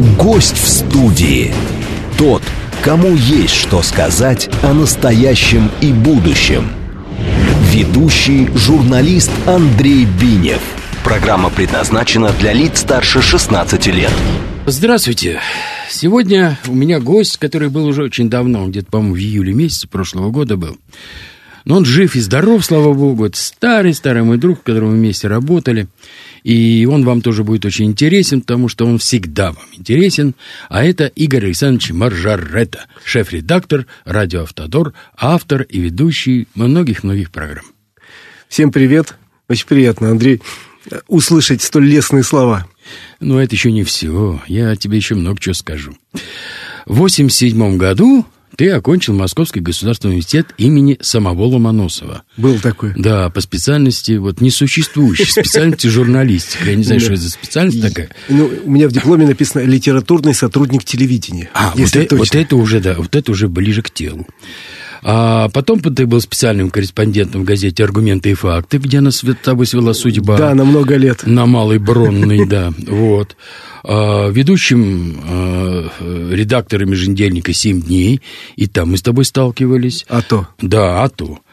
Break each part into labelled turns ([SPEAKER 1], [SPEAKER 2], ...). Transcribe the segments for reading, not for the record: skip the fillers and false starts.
[SPEAKER 1] Гость в студии. Тот, кому есть что сказать о настоящем и будущем. Ведущий журналист Андрей Бинев. Программа предназначена для лиц старше 16 лет.
[SPEAKER 2] Здравствуйте. Сегодня у меня гость, который был уже очень давно, где-то, по-моему, в июле месяце прошлого года был. Но он жив и здоров, слава богу. Это старый мой друг, с которым мы вместе работали. И он вам тоже будет очень интересен, потому что он всегда вам интересен. А это Игорь Александрович Маржаретта, шеф-редактор «Радио Автодор», автор и ведущий многих-многих программ.
[SPEAKER 3] Всем привет. Очень приятно, Андрей, услышать столь лестные слова.
[SPEAKER 2] Но это еще не все. Я тебе еще много чего скажу. В 1987 году ты окончил Московский государственный университет имени самого Ломоносова.
[SPEAKER 3] Был такой.
[SPEAKER 2] Да, по специальности, несуществующей специальности журналистика. Я не знаю, что это за специальность такая.
[SPEAKER 3] У меня в дипломе написано «литературный сотрудник телевидения».
[SPEAKER 2] Вот это уже ближе к телу. А потом ты был специальным корреспондентом в газете «Аргументы и факты», где нас с тобой свела судьба.
[SPEAKER 3] Да, на много лет.
[SPEAKER 2] На Малой Бронной, да. Вот. Ведущим редактором еженедельника «7 дней». И там мы с тобой сталкивались. Да,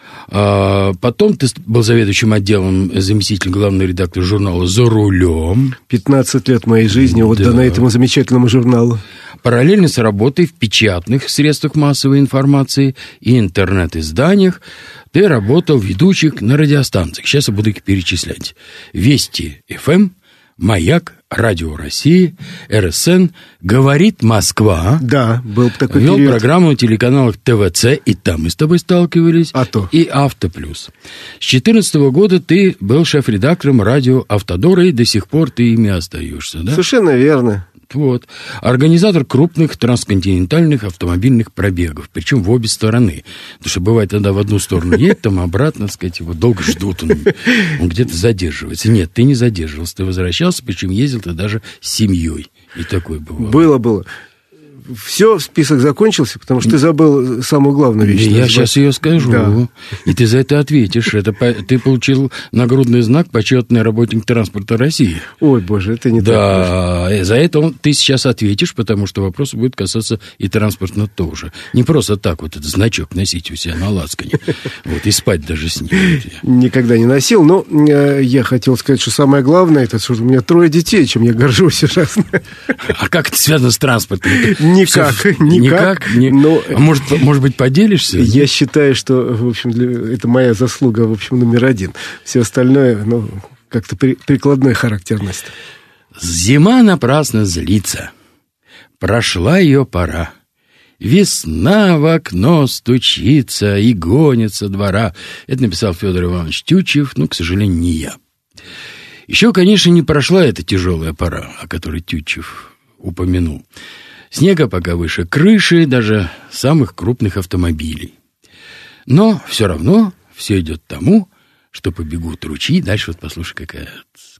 [SPEAKER 2] потом ты был заведующим отделом, заместитель главного редактора журнала «За рулем». 15
[SPEAKER 3] лет моей жизни отдано этому замечательному журналу.
[SPEAKER 2] Параллельно с работой в печатных средствах массовой информации и интернет-изданиях ты работал ведущим на радиостанциях. Сейчас я буду их перечислять. Вести ФМ, Маяк, Радио России, РСН, Говорит Москва.
[SPEAKER 3] Да, был такой
[SPEAKER 2] вел
[SPEAKER 3] период.
[SPEAKER 2] Программу на телеканалах ТВЦ, и там мы с тобой сталкивались. И Автоплюс. С 2014 года ты был шеф-редактором радио Автодора, и до сих пор ты ими остаешься, да?
[SPEAKER 3] Совершенно верно.
[SPEAKER 2] Вот. Организатор крупных трансконтинентальных автомобильных пробегов, причем в обе стороны. Потому что бывает, тогда в одну сторону едет, там обратно, так сказать, его долго ждут, он где-то задерживается. Нет, ты не задерживался, ты возвращался, причем ездил ты даже с семьей. И такое бывало.
[SPEAKER 3] Было. Все, список закончился, потому что ты забыл самую главную вещь.
[SPEAKER 2] Я сейчас ее скажу, да. И ты за это ответишь. Ты получил нагрудный знак «Почетный работник транспорта России».
[SPEAKER 3] Ой, боже, это не так.
[SPEAKER 2] Да, за это ты сейчас ответишь, потому что вопрос будет касаться и транспорта тоже. Не просто так этот значок носить у себя на лацкане. И спать даже с ним.
[SPEAKER 3] Никогда не носил, но я хотел сказать, что самое главное, это что у меня 3 детей, чем я горжусь ужасно.
[SPEAKER 2] А как это связано с транспортом?
[SPEAKER 3] Никак.
[SPEAKER 2] Но... А может быть, поделишься?
[SPEAKER 3] Я считаю, что, в общем, это моя заслуга, в общем, номер 1. Все остальное, как-то прикладной характерность.
[SPEAKER 2] Зима напрасно злится. Прошла ее пора. Весна в окно стучится и гонится двора. Это написал Федор Иванович Тютчев, но, к сожалению, не я. Еще, конечно, не прошла эта тяжелая пора, о которой Тютчев упомянул. Снега пока выше крыши, даже самых крупных автомобилей. Но все равно все идет к тому, что побегут ручьи. Дальше послушай, как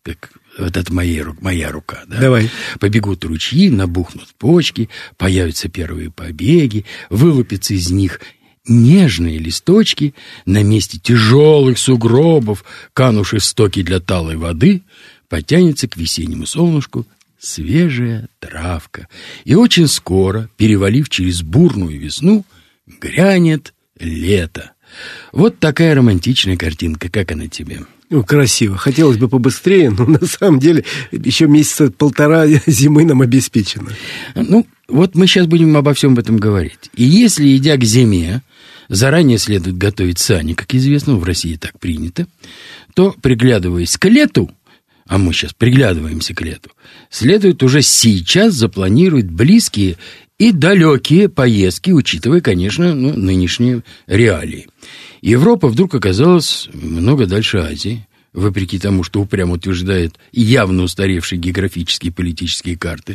[SPEAKER 2] это моя рука. Да?
[SPEAKER 3] Давай.
[SPEAKER 2] Побегут ручьи, набухнут почки, появятся первые побеги, вылупятся из них нежные листочки, на месте тяжелых сугробов, канувших в стоки для талой воды, потянется к весеннему солнышку свежая травка. И очень скоро, перевалив через бурную весну, грянет лето. Вот такая романтичная картинка. Как она тебе?
[SPEAKER 3] Красиво. Хотелось бы побыстрее, но на самом деле еще месяца 1,5 зимы нам обеспечено.
[SPEAKER 2] Вот мы сейчас будем обо всем этом говорить. И если, идя к зиме, заранее следует готовить сани, как известно, в России так принято, то, приглядываясь к лету, а мы сейчас приглядываемся к лету, следует уже сейчас запланировать близкие и далекие поездки, учитывая, конечно, нынешние реалии. Европа вдруг оказалась много дальше Азии, вопреки тому, что упрямо утверждает явно устаревшие географические и политические карты,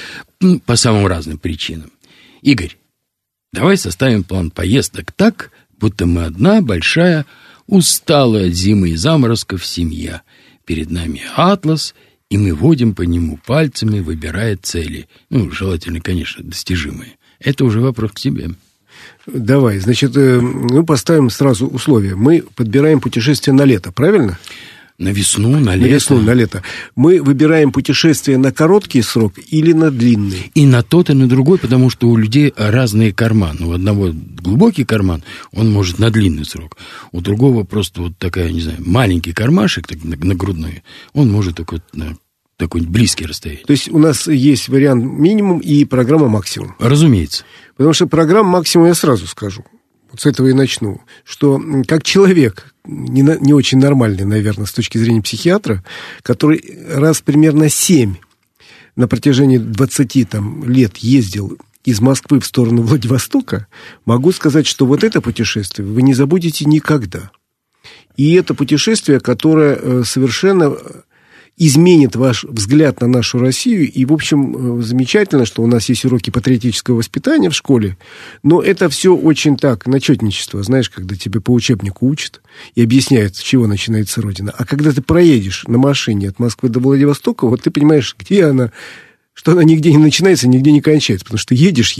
[SPEAKER 2] по самым разным причинам. Игорь, давай составим план поездок так, будто мы одна большая, усталая от зимы и заморозков семья. Перед нами атлас, и мы водим по нему пальцами, выбирая цели. Желательно, конечно, достижимые. Это уже вопрос к тебе.
[SPEAKER 3] Давай, значит, поставим сразу условия. Мы подбираем путешествие на лето, правильно?
[SPEAKER 2] На весну, на лето.
[SPEAKER 3] На весну, на лето. Мы выбираем путешествие на короткий срок или на длинный.
[SPEAKER 2] И на тот, и на другой, потому что у людей разные карманы. У одного глубокий карман, он может на длинный срок. У другого просто вот такая, не знаю, маленький кармашек так, на грудной, он может только вот на такой близкий расстояние.
[SPEAKER 3] То есть у нас есть вариант минимум и программа максимум.
[SPEAKER 2] Разумеется.
[SPEAKER 3] Потому что программа максимум, я сразу скажу, вот с этого и начну, что как человек, не очень нормальный, наверное, с точки зрения психиатра, который раз примерно 7 на протяжении 20 лет ездил из Москвы в сторону Владивостока, могу сказать, что вот это путешествие вы не забудете никогда. И это путешествие, которое совершенно изменит ваш взгляд на нашу Россию. И, в общем, замечательно, что у нас есть уроки патриотического воспитания в школе, но это все очень так, начетничество, знаешь, когда тебе по учебнику учат и объясняют, с чего начинается Родина. А когда ты проедешь на машине от Москвы до Владивостока, вот ты понимаешь, где она, что она нигде не начинается, нигде не кончается, потому что едешь,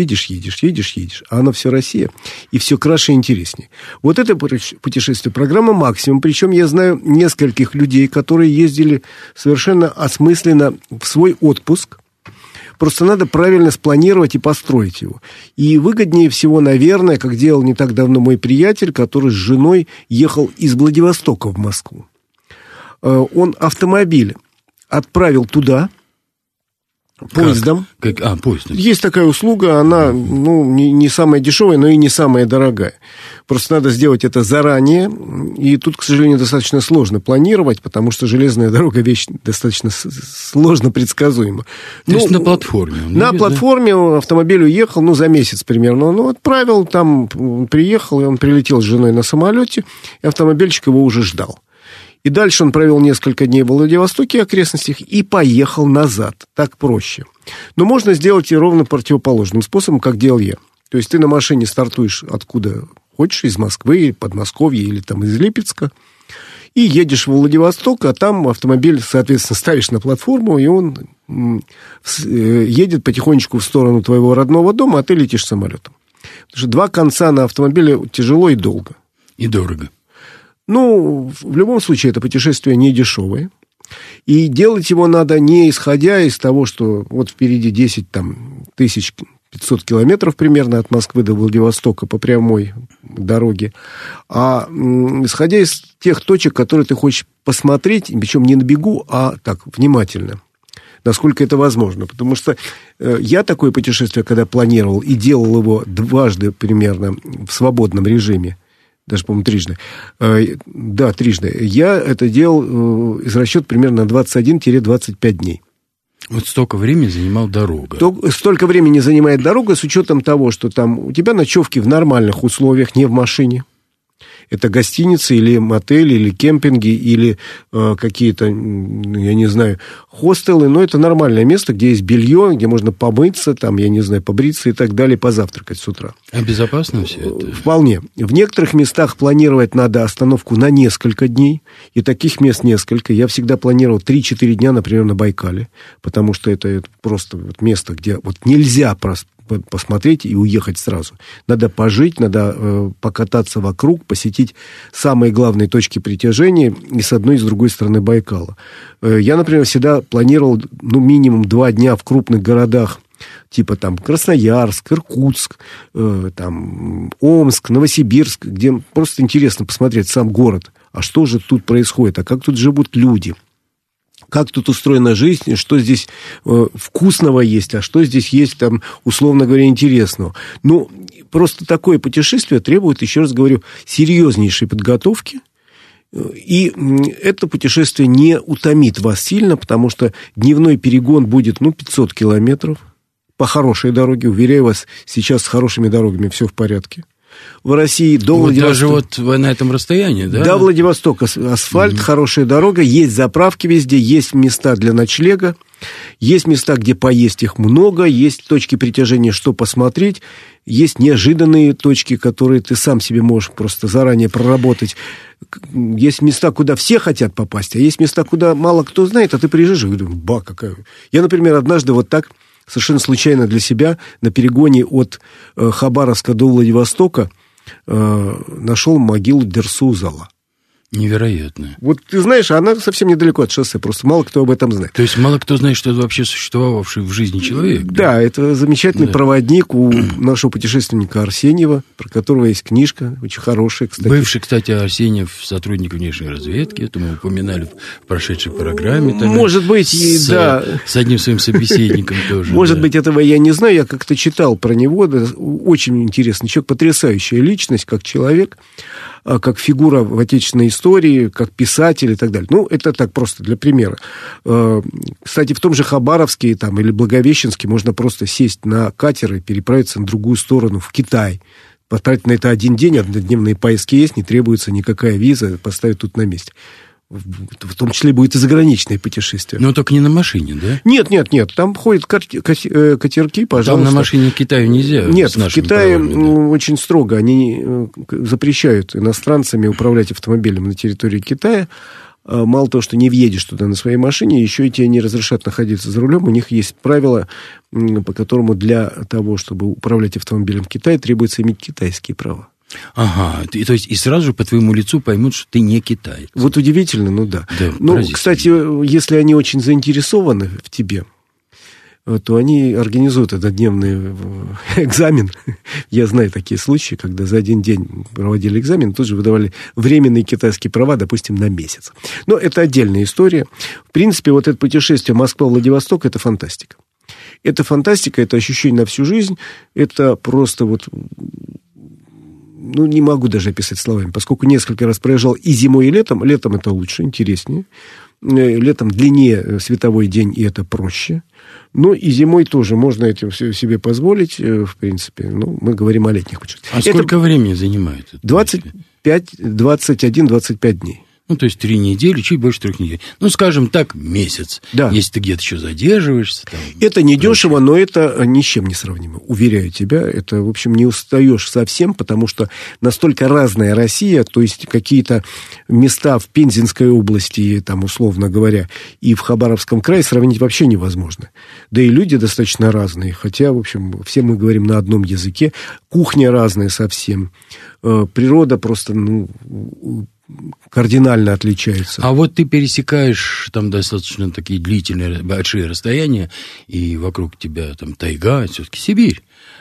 [SPEAKER 3] а она все Россия, и все краше и интереснее. Вот это путешествие, программа «Максимум», причем я знаю нескольких людей, которые ездили совершенно осмысленно в свой отпуск, просто надо правильно спланировать и построить его. И выгоднее всего, наверное, как делал не так давно мой приятель, который с женой ехал из Владивостока в Москву. Он автомобиль отправил туда, поездом.
[SPEAKER 2] Поездом.
[SPEAKER 3] Есть такая услуга, она не самая дешевая, но и не самая дорогая. Просто надо сделать это заранее. И тут, к сожалению, достаточно сложно планировать, потому что железная дорога вещь достаточно сложно предсказуема.
[SPEAKER 2] То есть на платформе?
[SPEAKER 3] На платформе автомобиль уехал, за месяц примерно. Он отправил, там приехал, и он прилетел с женой на самолете, и автомобильчик его уже ждал. И дальше он провел несколько дней в Владивостоке и окрестностях и поехал назад. Так проще. Но можно сделать и ровно противоположным способом, как делал я. То есть ты на машине стартуешь откуда хочешь, из Москвы, Подмосковья или там из Липецка, и едешь в Владивосток, а там автомобиль, соответственно, ставишь на платформу, и он едет потихонечку в сторону твоего родного дома, а ты летишь самолетом. Потому что 2 конца на автомобиле тяжело и долго.
[SPEAKER 2] И дорого.
[SPEAKER 3] В любом случае, это путешествие не дешевое. И делать его надо не исходя из того, что вот впереди 10 500 километров примерно от Москвы до Владивостока по прямой дороге, а исходя из тех точек, которые ты хочешь посмотреть, причем не на бегу, а так, внимательно. Насколько это возможно. Потому что я такое путешествие, когда планировал и делал его дважды примерно в свободном режиме, даже, по-моему, трижды. Да, трижды. Я это делал из расчета примерно 21-25 дней.
[SPEAKER 2] Вот столько времени занимала дорога.
[SPEAKER 3] Столько времени занимает дорога с учетом того, что там у тебя ночевки в нормальных условиях, не в машине. Это гостиницы или мотели, или кемпинги, или какие-то, я не знаю, хостелы. Но это нормальное место, где есть белье, где можно помыться, там, я не знаю, побриться и так далее, позавтракать с утра.
[SPEAKER 2] А безопасно все это?
[SPEAKER 3] Вполне. В некоторых местах планировать надо остановку на несколько дней. И таких мест несколько. Я всегда планировал 3-4 дня, например, на Байкале. Потому что это просто место, где нельзя посмотреть и уехать сразу. Надо пожить, надо покататься вокруг, посетить самые главные точки притяжения и с одной и с другой стороны Байкала. Я, например, всегда планировал минимум 2 дня в крупных городах, типа там Красноярск, Иркутск, там Омск, Новосибирск, где просто интересно посмотреть сам город. А что же тут происходит? А как тут живут люди? Как тут устроена жизнь, что здесь вкусного есть, а что здесь есть, там, условно говоря, интересного. Просто такое путешествие требует, еще раз говорю, серьезнейшей подготовки. И это путешествие не утомит вас сильно, потому что дневной перегон будет, 500 километров по хорошей дороге. Уверяю вас, сейчас с хорошими дорогами все в порядке. В России до Владивостока.
[SPEAKER 2] Даже на этом расстоянии, да?
[SPEAKER 3] До Владивостока асфальт, хорошая дорога, есть заправки везде, есть места для ночлега, есть места, где поесть их много, есть точки притяжения, что посмотреть, есть неожиданные точки, которые ты сам себе можешь просто заранее проработать. Есть места, куда все хотят попасть, а есть места, куда мало кто знает, а ты приезжаешь и говоришь, какая... Я, например, однажды вот так... Совершенно случайно для себя на перегоне от Хабаровска до Владивостока нашел могилу Дерсу Узала.
[SPEAKER 2] Невероятно.
[SPEAKER 3] Вот ты знаешь, она совсем недалеко от шоссе, просто мало кто об этом знает.
[SPEAKER 2] То есть мало кто знает, что это вообще существовавший в жизни человек.
[SPEAKER 3] Да, это замечательный проводник у нашего путешественника Арсеньева, про которого есть книжка, очень хорошая, кстати.
[SPEAKER 2] Бывший, кстати, Арсеньев, сотрудник внешней разведки, это мы упоминали в прошедшей программе. Тогда,
[SPEAKER 3] может быть, да.
[SPEAKER 2] С одним своим собеседником тоже.
[SPEAKER 3] Может быть, этого я не знаю, я как-то читал про него, да, очень интересный человек, потрясающая личность, как человек, как фигура в отечественной истории, как писатель и так далее. Ну, это так просто для примера. Кстати, в том же Хабаровске там, или Благовещенске можно просто сесть на катер и переправиться на другую сторону, в Китай. Потратить на это один день, однодневные поездки есть, не требуется никакая виза, поставить тут на месте. В том числе будет и заграничное путешествие.
[SPEAKER 2] Но только не на машине, да?
[SPEAKER 3] Нет. Там ходят катерки, пожалуйста.
[SPEAKER 2] Там на машине к Китаю нельзя.
[SPEAKER 3] Нет, в Китае очень строго. Они запрещают иностранцами управлять автомобилем на территории Китая. Мало того, что не въедешь туда на своей машине, еще и тебе не разрешат находиться за рулем. У них есть правило, по которому для того, чтобы управлять автомобилем в Китае, требуется иметь китайские права.
[SPEAKER 2] Ага, то есть и сразу же по твоему лицу поймут, что ты не китаец.
[SPEAKER 3] Вот удивительно, ну да.
[SPEAKER 2] Ну,
[SPEAKER 3] кстати, если они очень заинтересованы в тебе, то они организуют однодневный экзамен. Я знаю такие случаи, когда за один день проводили экзамен, тут же выдавали временные китайские права, допустим, на месяц. Но это отдельная история. В принципе, вот это путешествие Москва-Владивосток – это фантастика. Это фантастика, это ощущение на всю жизнь, это просто вот... Ну, не могу даже описать словами, поскольку несколько раз проезжал и зимой, и летом. Летом это лучше, интереснее. Летом длиннее световой день, и это проще. Но и зимой тоже можно это себе позволить, в принципе. Ну, мы говорим о летних путешествиях.
[SPEAKER 2] А сколько времени занимает это?
[SPEAKER 3] 21-25 дней.
[SPEAKER 2] Ну, то есть 3 недели, чуть больше 3 недель. Ну, скажем так, месяц.
[SPEAKER 3] Да.
[SPEAKER 2] Если ты где-то еще задерживаешься. Там,
[SPEAKER 3] это не дешево, но это ни с чем не сравнимо. Уверяю тебя, это, в общем, не устаешь совсем, потому что настолько разная Россия, то есть какие-то места в Пензенской области, там, условно говоря, и в Хабаровском крае сравнить вообще невозможно. Да и люди достаточно разные, хотя, в общем, все мы говорим на одном языке. Кухня разная совсем. Природа просто, кардинально отличается.
[SPEAKER 2] А вот ты пересекаешь там достаточно такие длительные, большие расстояния, и вокруг тебя там тайга, все-таки Сибирь.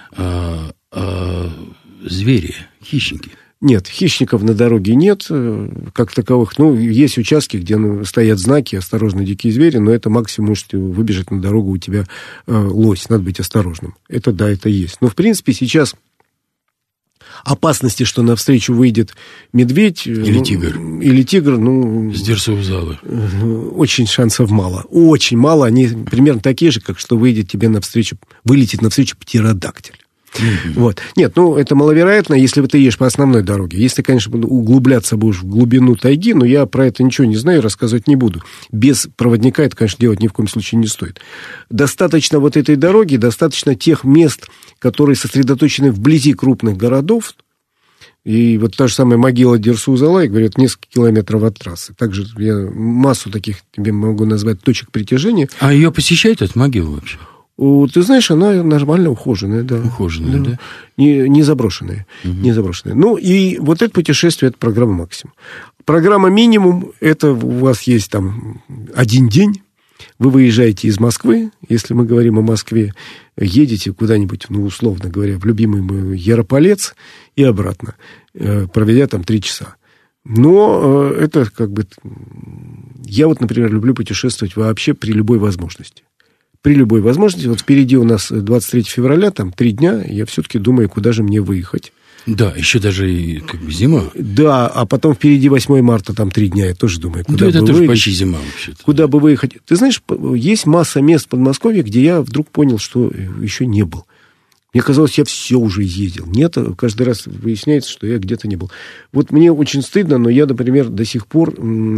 [SPEAKER 2] Звери, хищники.
[SPEAKER 3] Нет, хищников на дороге нет, как таковых. Ну, есть участки, где стоят знаки «Осторожно, дикие звери», но это максимум, что выбежать на дорогу у тебя лось. Надо быть осторожным. Это да, это есть. Но, в принципе, сейчас... опасности, что навстречу выйдет медведь...
[SPEAKER 2] Или тигр.
[SPEAKER 3] Или тигр,
[SPEAKER 2] с Дерсу-Узалы.
[SPEAKER 3] Очень шансов мало. Очень мало. Они примерно такие же, как что вылетит навстречу птеродактиль. Вот. Нет, это маловероятно, если ты едешь по основной дороге. Если, конечно, углубляться будешь в глубину тайги, но я про это ничего не знаю, рассказывать не буду. Без проводника это, конечно, делать ни в коем случае не стоит. Достаточно вот этой дороги, достаточно тех мест, которые сосредоточены вблизи крупных городов. И вот та же самая могила Дерсу-Узала, говорят, несколько километров от трассы. Также я массу таких тебе могу назвать точек притяжения.
[SPEAKER 2] А ее посещают, эту могилу вообще?
[SPEAKER 3] Ты знаешь, она нормально ухоженная, да.
[SPEAKER 2] Ухоженная, да?
[SPEAKER 3] Не заброшенная. Угу. Не заброшенная. Ну, и вот это путешествие, это программа «Максимум». Программа «Минимум», это у вас есть там один день. Вы выезжаете из Москвы, если мы говорим о Москве, едете куда-нибудь, условно говоря, в любимый мой Ярополец и обратно, проведя там 3 часа. Но это как бы... Я вот, например, люблю путешествовать вообще при любой возможности. При любой возможности. Вот впереди у нас 23 февраля, там 3 дня, я все-таки думаю, куда же мне выехать.
[SPEAKER 2] Да, еще даже и как бы зима.
[SPEAKER 3] Да, а потом впереди 8 марта, там 3 дня, я тоже думаю, куда бы
[SPEAKER 2] это
[SPEAKER 3] выехать.
[SPEAKER 2] тоже почти зима вообще-то.
[SPEAKER 3] Куда бы выехать. Ты знаешь, есть масса мест в Подмосковье, где я вдруг понял, что еще не был. Мне казалось, я все уже ездил. Нет, каждый раз выясняется, что я где-то не был. Вот мне очень стыдно, но я, например, до сих пор...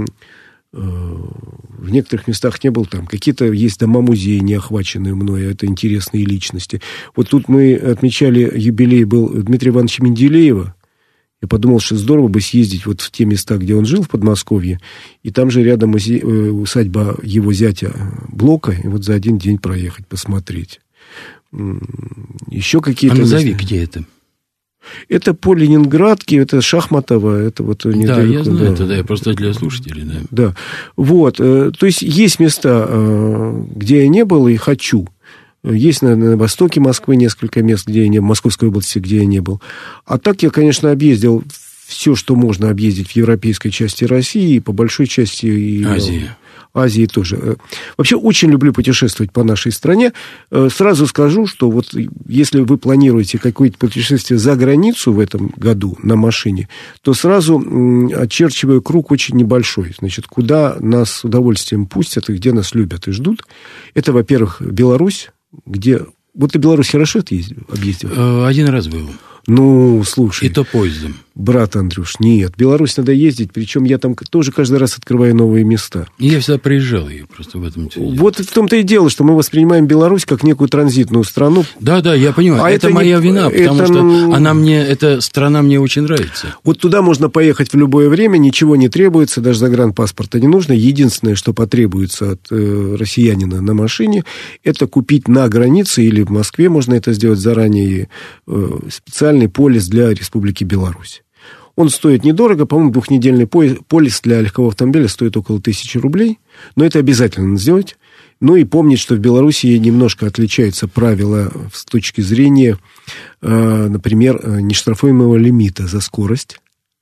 [SPEAKER 3] в некоторых местах не был там. Какие-то есть дома-музеи, не охваченные мной, это интересные личности. Вот тут мы отмечали юбилей был Дмитрия Ивановича Менделеева. Я подумал, что здорово бы съездить вот в те места, где он жил, в Подмосковье, и там же рядом усадьба его зятя Блока, и вот за один день проехать, посмотреть. Еще какие-то...
[SPEAKER 2] А назови, где это?
[SPEAKER 3] Это по Ленинградке, это Шахматово, это вот недалеко.
[SPEAKER 2] Да, я знаю, это, да, я просто для слушателей, да.
[SPEAKER 3] Да, вот, то есть есть места, где я не был и хочу. Есть на востоке Москвы несколько мест, где я не был, в Московской области, где я не был. А так я, конечно, объездил все, что можно объездить в европейской части России, и по большой части и Азии тоже. Вообще, очень люблю путешествовать по нашей стране. Сразу скажу, что вот если вы планируете какое-то путешествие за границу в этом году на машине, то сразу очерчиваю круг очень небольшой. Значит, куда нас с удовольствием пустят и где нас любят и ждут. Это, во-первых, Беларусь, где... Вот ты в Беларусь хорошо объездил?
[SPEAKER 2] Один раз был.
[SPEAKER 3] Ну, слушай.
[SPEAKER 2] И то поездом.
[SPEAKER 3] Брат Андрюш, нет. В Беларусь надо ездить, причем я там тоже каждый раз открываю новые места.
[SPEAKER 2] И я всегда приезжал ее просто в этом деле.
[SPEAKER 3] Вот в том-то и дело, что мы воспринимаем Беларусь как некую транзитную страну.
[SPEAKER 2] Да, я понимаю. Это моя вина, потому что эта страна мне очень нравится.
[SPEAKER 3] Вот туда можно поехать в любое время, ничего не требуется, даже загранпаспорта не нужно. Единственное, что потребуется от россиянина на машине, это купить на границе или в Москве, можно это сделать заранее, специальный полис для Республики Беларусь. Он стоит недорого, по-моему, двухнедельный полис для легкового автомобиля стоит около 1000 рублей, но это обязательно сделать. Ну и помнить, что в Беларуси немножко отличаются правила с точки зрения, например, нештрафуемого лимита за скорость.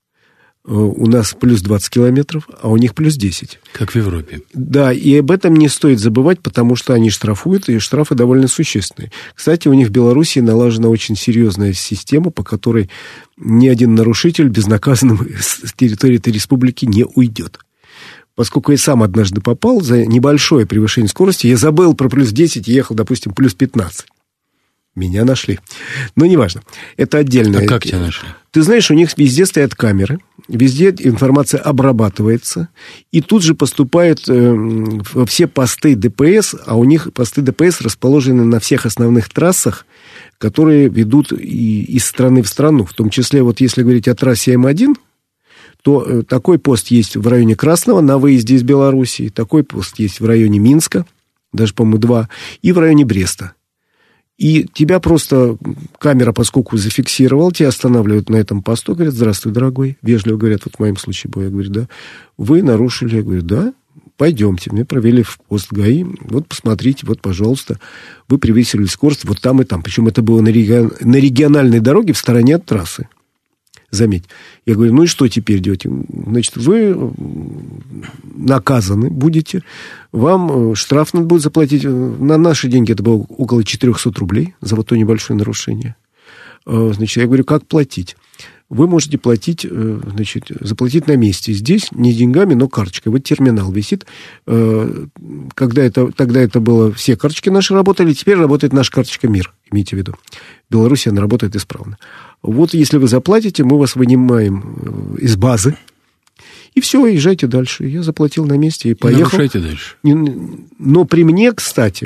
[SPEAKER 3] У нас плюс 20 километров, а у них плюс 10.
[SPEAKER 2] Как в Европе.
[SPEAKER 3] Да, и об этом не стоит забывать, потому что они штрафуют, и штрафы довольно существенные. Кстати, у них в Беларуси налажена очень серьезная система, по которой ни один нарушитель безнаказанным с территории этой республики не уйдет. Поскольку я сам однажды попал за небольшое превышение скорости, я забыл про плюс 10 и ехал, допустим, плюс 15. Меня нашли. Но неважно. Это отдельное.
[SPEAKER 2] А как тебя нашли?
[SPEAKER 3] Ты знаешь, у них везде стоят камеры, везде информация обрабатывается, и тут же поступают во все посты ДПС, а у них посты ДПС расположены на всех основных трассах, которые ведут из страны в страну. В том числе, вот если говорить о трассе М1, то такой пост есть в районе Красного на выезде из Белоруссии, такой пост есть в районе Минска, даже, по-моему, 2, и в районе Бреста. И тебя просто камера, поскольку зафиксировала, тебя останавливают на этом посту, говорят: здравствуй, дорогой. Вежливо говорят, вот в моем случае было, я говорю, да. Вы нарушили, я говорю, да. Пойдемте, меня провели в пост ГАИ, вот посмотрите, вот, пожалуйста, вы превысили скорость вот там и там. Причем это было на региональной дороге в стороне от трассы. Заметь. Я говорю, ну и что теперь делать? Значит, вы наказаны будете, вам штраф надо будет заплатить. На наши деньги это было около 400 рублей за вот то небольшое нарушение. Значит, я говорю, как платить? Вы можете платить, значит, заплатить на месте. Здесь не деньгами, но карточкой. Вот терминал висит. Тогда это было, все карточки наши работали, теперь работает наша карточка МИР, имейте в виду. В Беларуси она работает исправно. Вот если вы заплатите, мы вас вынимаем из базы, и все, езжайте дальше. Я заплатил на месте и поехал.
[SPEAKER 2] Нарушайте дальше.
[SPEAKER 3] Но при мне, кстати,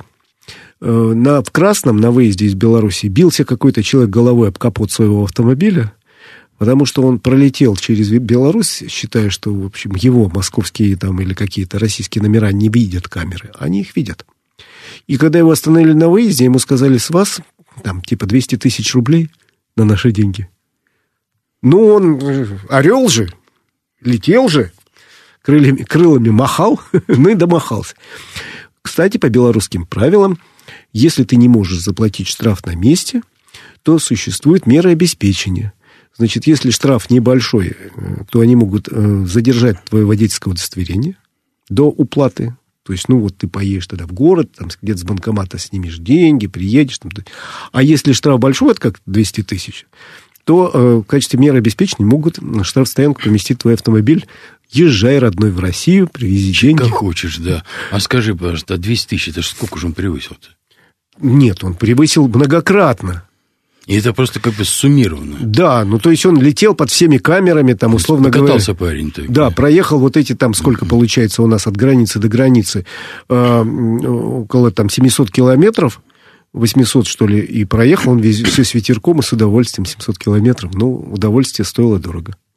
[SPEAKER 3] в Красном, на выезде из Беларуси, бился какой-то человек головой об капот своего автомобиля, потому что он пролетел через Беларусь, считая, что, в общем, его московские там или какие-то российские номера не видят камеры. Они их видят. И когда его остановили на выезде, ему сказали, с вас там типа 200 тысяч рублей на наши деньги. Ну, он орел же, летел же, крылами махал, ну и домахался. Кстати, по белорусским правилам, если ты не можешь заплатить штраф на месте, то существует мера обеспечения. Значит, если штраф небольшой, то они могут задержать твое водительское удостоверение до уплаты. То есть, ну, вот ты поедешь тогда в город, там где-то с банкомата снимешь деньги, приедешь. Там. А если штраф большой, это как 200 тысяч, то в качестве меры обеспечения могут на штрафстоянку поместить твой автомобиль. Езжай, родной, в Россию, привези деньги.
[SPEAKER 2] Как хочешь, да. А скажи, пожалуйста, 200 тысяч, это же сколько же он превысил-то? Нет,
[SPEAKER 3] он превысил многократно.
[SPEAKER 2] И это просто как бы суммировано.
[SPEAKER 3] Да, ну то есть он летел под всеми камерами, там, условно говоря.
[SPEAKER 2] Покатался парень. Так,
[SPEAKER 3] да, проехал вот эти там, сколько получается у нас от границы до границы, около там 700 километров, 800 что ли, и проехал он все с ветерком и с удовольствием 700 километров. Ну, удовольствие стоило дорого.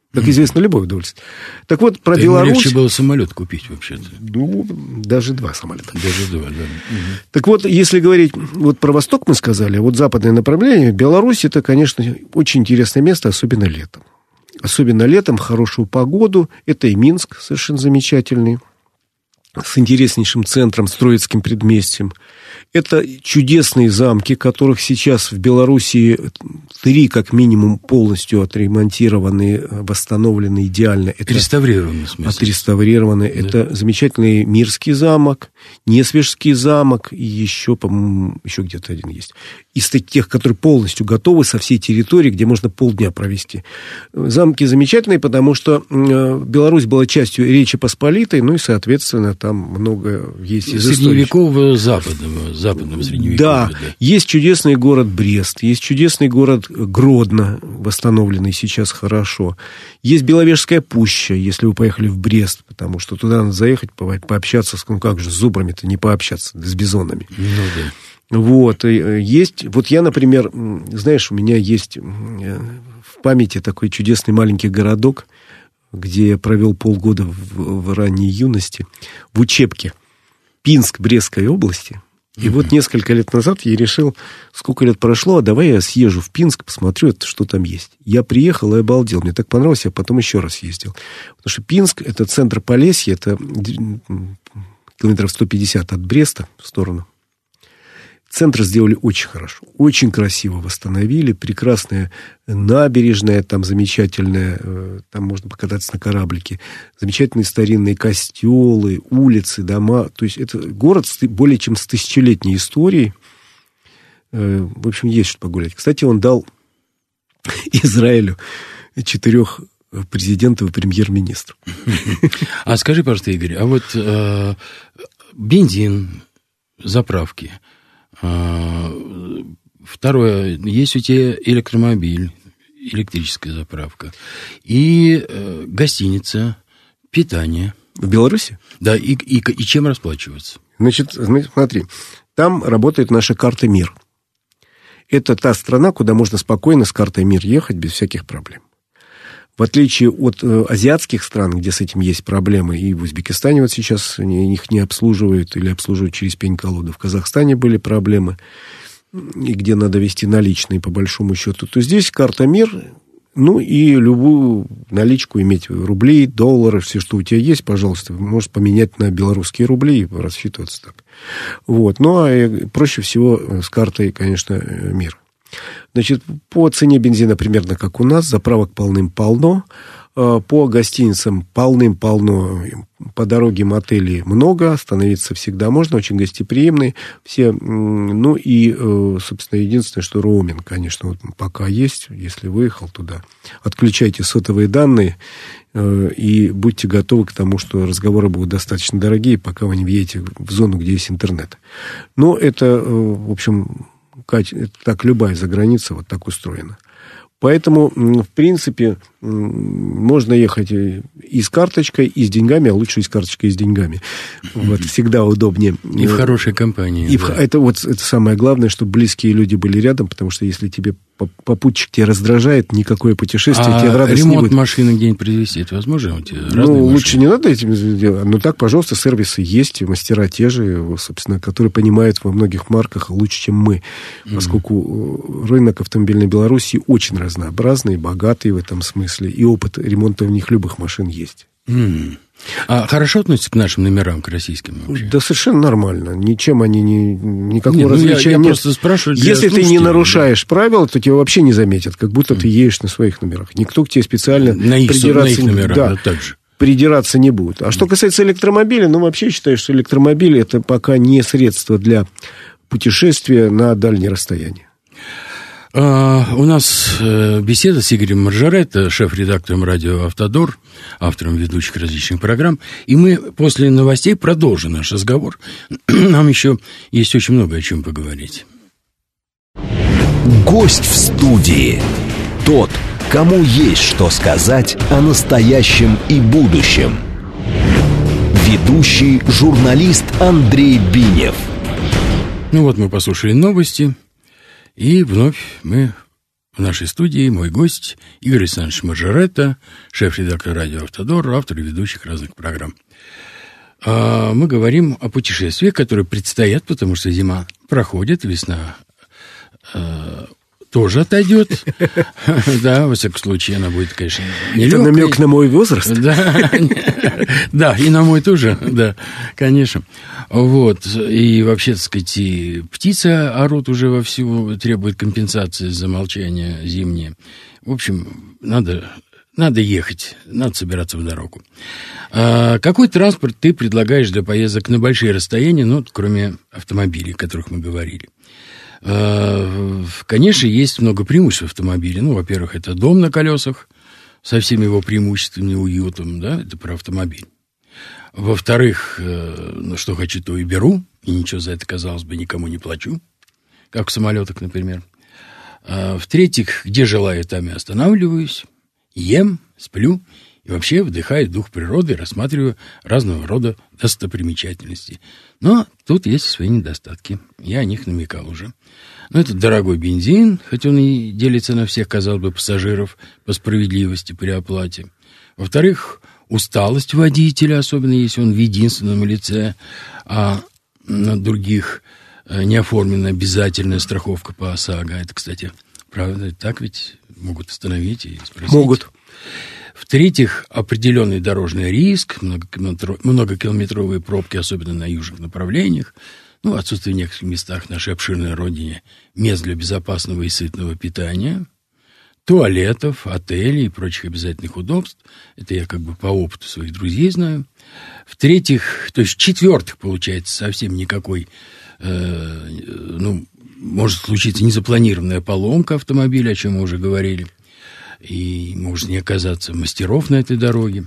[SPEAKER 3] Как известно, любое удовольствие. Так вот, про
[SPEAKER 2] да
[SPEAKER 3] Беларусь...
[SPEAKER 2] легче было самолет купить, вообще-то.
[SPEAKER 3] Ну, даже 2 самолета.
[SPEAKER 2] Даже 2, да.
[SPEAKER 3] Так вот, если говорить... Вот про Восток мы сказали, а вот западное направление. Беларусь, это, конечно, очень интересное место, особенно летом. Особенно летом, в хорошую погоду. Это и Минск, совершенно замечательный, с интереснейшим центром, с Троицким предместьем. Это чудесные замки, которых сейчас в Белоруссии 3, как минимум, полностью отремонтированы, восстановлены идеально. Это
[SPEAKER 2] Реставрированы, в смысле.
[SPEAKER 3] Отреставрированы. Да. Это замечательный Мирский замок, Несвежский замок, и еще, по-моему, еще где-то один есть. Из тех, которые полностью готовы со всей территории, где можно полдня провести. Замки замечательные, потому что Беларусь была частью Речи Посполитой, ну и, соответственно, там много есть из истории.
[SPEAKER 2] Средневекового западного средневековья.
[SPEAKER 3] Да, есть чудесный город Брест, есть чудесный город Гродно, восстановленный сейчас хорошо. Есть Беловежская пуща, если вы поехали в Брест, потому что туда надо заехать, пообщаться, ну как же, с зубрами-то не пообщаться, с бизонами.
[SPEAKER 2] Ну да.
[SPEAKER 3] Вот, есть, вот я, например, знаешь, у меня есть в памяти такой чудесный маленький городок, где я провел полгода в ранней юности, в учебке, Пинск Брестской области. И вот несколько лет назад я решил, сколько лет прошло, а давай я съезжу в Пинск, посмотрю, что там есть. Я приехал и обалдел, мне так понравилось, я потом еще раз ездил. Потому что Пинск, это центр Полесья, это километров 150 от Бреста в сторону. Центр сделали очень хорошо, очень красиво восстановили, прекрасная набережная, там замечательная, там можно покататься на кораблике, замечательные старинные костелы, улицы, дома. То есть это город более чем с тысячелетней историей. В общем, есть что погулять. Кстати, он дал Израилю 4 президентов и премьер-министров.
[SPEAKER 2] А скажи, пожалуйста, Игорь, а вот бензин, заправки... Второе, есть у тебя электромобиль, электрическая заправка, и гостиница, питание.
[SPEAKER 3] В Беларуси?
[SPEAKER 2] Да, и чем расплачиваться?
[SPEAKER 3] Значит, смотри, там работает наша карта МИР. Это та страна, куда можно спокойно с картой МИР ехать без всяких проблем. В отличие от азиатских стран, где с этим есть проблемы, и в Узбекистане вот сейчас их не обслуживают или обслуживают через пень-колоду, в Казахстане были проблемы, и где надо вести наличные по большому счету, то здесь карта МИР, ну и любую наличку иметь, рубли, доллары, все, что у тебя есть, пожалуйста, можешь поменять на белорусские рубли и рассчитываться так. Вот. Ну, а проще всего с картой, конечно, МИР. Значит, по цене бензина примерно как у нас, заправок полным-полно, по гостиницам полным-полно, по дороге мотелей много, остановиться всегда можно, очень гостеприимные все, ну и, собственно, единственное, что роуминг, конечно, вот пока есть, если выехал туда, отключайте сотовые данные и будьте готовы к тому, что разговоры будут достаточно дорогие, пока вы не въедете в зону, где есть интернет. Но это, в общем... Так любая заграница вот так устроена. Поэтому, в принципе, можно ехать и с карточкой, и с деньгами, а лучше и с карточкой, и с деньгами. Вот, всегда удобнее.
[SPEAKER 2] И в хорошей компании. Да.
[SPEAKER 3] Это самое главное, чтобы близкие люди были рядом, потому что если тебе попутчик тебя раздражает, никакое путешествие тебе в радость не будет.
[SPEAKER 2] Ремонт машины где-нибудь привезти, это возможно? У тебя
[SPEAKER 3] лучше не надо этим делать. Но так, пожалуйста, сервисы есть, мастера те же, собственно, которые понимают во многих марках лучше, чем мы. Поскольку рынок автомобильной Беларуси очень разнообразный, богатый в этом смысле, и опыт ремонта в них любых машин есть.
[SPEAKER 2] А хорошо относятся к нашим номерам, к российским вообще?
[SPEAKER 3] Да совершенно нормально. Ничем они никакого различия нет.
[SPEAKER 2] Я просто спрашиваю для
[SPEAKER 3] Если ты не нарушаешь правила, то тебя вообще не заметят, как будто ты едешь на своих номерах. Никто к тебе специально придираться не будет. Да, так же. Придираться не будет. А что касается электромобиля, вообще я считаю, что электромобиль это пока не средство для путешествия на дальние расстояния.
[SPEAKER 2] У нас беседа с Игорем Маржаретто, шеф-редактором радио «Автодор», автором ведущих различных программ. И мы после новостей продолжим наш разговор. Нам еще есть очень много о чем поговорить.
[SPEAKER 1] Гость в студии. Тот, кому есть что сказать о настоящем и будущем. Ведущий журналист Андрей Бинев.
[SPEAKER 2] Ну вот мы послушали новости. И вновь мы В нашей студии мой гость Игорь Александрович Маржаретта, шеф-редактор радио «Автодор», автор и ведущих разных программ. Мы говорим о путешествиях, которые предстоят, потому что зима проходит, весна тоже отойдет. Да, во всяком случае, она будет, конечно, нелегкой.
[SPEAKER 3] Это намек на мой возраст?
[SPEAKER 2] Да, и на мой тоже, да, конечно. Вот, и вообще, так сказать, и птицы орут уже вовсю, требуют компенсации за молчание зимнее. В общем, надо ехать, надо собираться в дорогу. Какой транспорт ты предлагаешь для поездок на большие расстояния, ну, кроме автомобилей, о которых мы говорили? Конечно, есть много преимуществ автомобиля. Ну, во-первых, это дом на колесах со всеми его преимуществами и уютом, да, это про автомобиль. Во-вторых, что хочу, то и беру, и ничего за это, казалось бы, никому не плачу, как в самолетах, например. В-третьих, где желаю, там и останавливаюсь, ем, сплю и вообще вдыхаю дух природы, рассматриваю разного рода достопримечательности. Но тут есть свои недостатки. Я о них намекал уже. Но это дорогой бензин, хоть он и делится на всех, казалось бы, пассажиров по справедливости при оплате. Во-вторых, усталость водителя, особенно если он в единственном лице, а на других не оформлена обязательная страховка по ОСАГО. Это, кстати, правда, так ведь могут остановить и спросить.
[SPEAKER 3] Могут.
[SPEAKER 2] В-третьих, определенный дорожный риск, многокилометровые пробки, особенно на южных направлениях, ну, отсутствие в некоторых местах в нашей обширной родине мест для безопасного и сытного питания, туалетов, отелей и прочих обязательных удобств. Это я как бы по опыту своих друзей знаю. В-третьих, то есть в-четвертых, получается, совсем никакой, может случиться незапланированная поломка автомобиля, о чем мы уже говорили, и может не оказаться мастеров на этой дороге.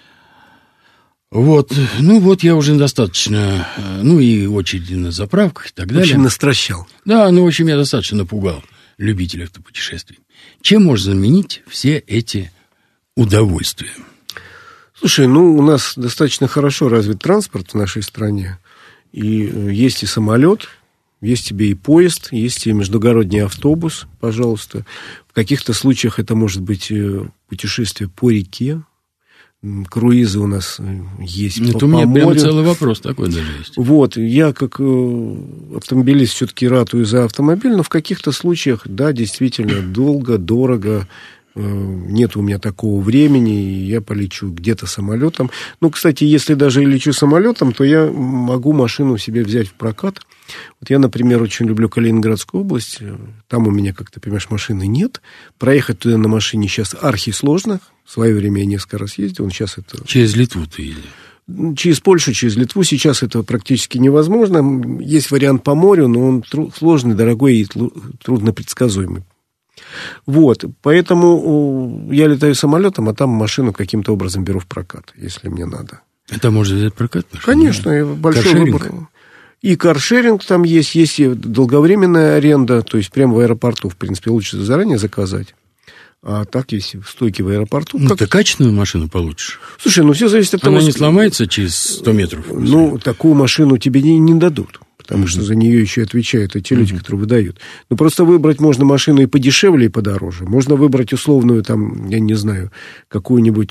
[SPEAKER 2] Вот, я уже достаточно, и очереди на заправках и так далее.
[SPEAKER 3] Очень настращал.
[SPEAKER 2] Да, в общем, я достаточно напугал любителей автопутешествий. Чем можно заменить все эти удовольствия?
[SPEAKER 3] Слушай, у нас достаточно хорошо развит транспорт в нашей стране. И есть и самолет, есть тебе и поезд, есть и междугородний автобус, пожалуйста. В каких-то случаях это может быть путешествие по реке. Круизы у нас есть
[SPEAKER 2] по морю. У меня прямо целый вопрос такой даже есть.
[SPEAKER 3] Вот, я как автомобилист все-таки ратую за автомобиль, но в каких-то случаях, да, действительно, долго, дорого, нет у меня такого времени, и я полечу где-то самолетом. Кстати, если даже и лечу самолетом, то я могу машину себе взять в прокат. Вот я, например, очень люблю Калининградскую область. Там у меня, как ты понимаешь, машины нет. Проехать туда на машине сейчас архисложно. В свое время я несколько раз ездил. Сейчас это...
[SPEAKER 2] Через Литву ты ездил?
[SPEAKER 3] Через Польшу, через Литву. Сейчас это практически невозможно. Есть вариант по морю, но он сложный, дорогой и труднопредсказуемый. Вот, поэтому я летаю самолетом, а там машину каким-то образом беру в прокат, если мне надо.
[SPEAKER 2] Это можно взять прокат?
[SPEAKER 3] Конечно, большой
[SPEAKER 2] каршеринг?
[SPEAKER 3] Выбор. И каршеринг там есть и долговременная аренда, то есть прямо в аэропорту, в принципе, лучше заранее заказать. А так, если в стойке в аэропорту...
[SPEAKER 2] Ты качественную машину получишь?
[SPEAKER 3] Слушай, все зависит от того...
[SPEAKER 2] Она не сломается через 100 метров?
[SPEAKER 3] Такую машину тебе не дадут. Потому что за нее еще отвечают эти люди, которые выдают. Просто выбрать можно машину и подешевле, и подороже. Можно выбрать условную, я не знаю, какую-нибудь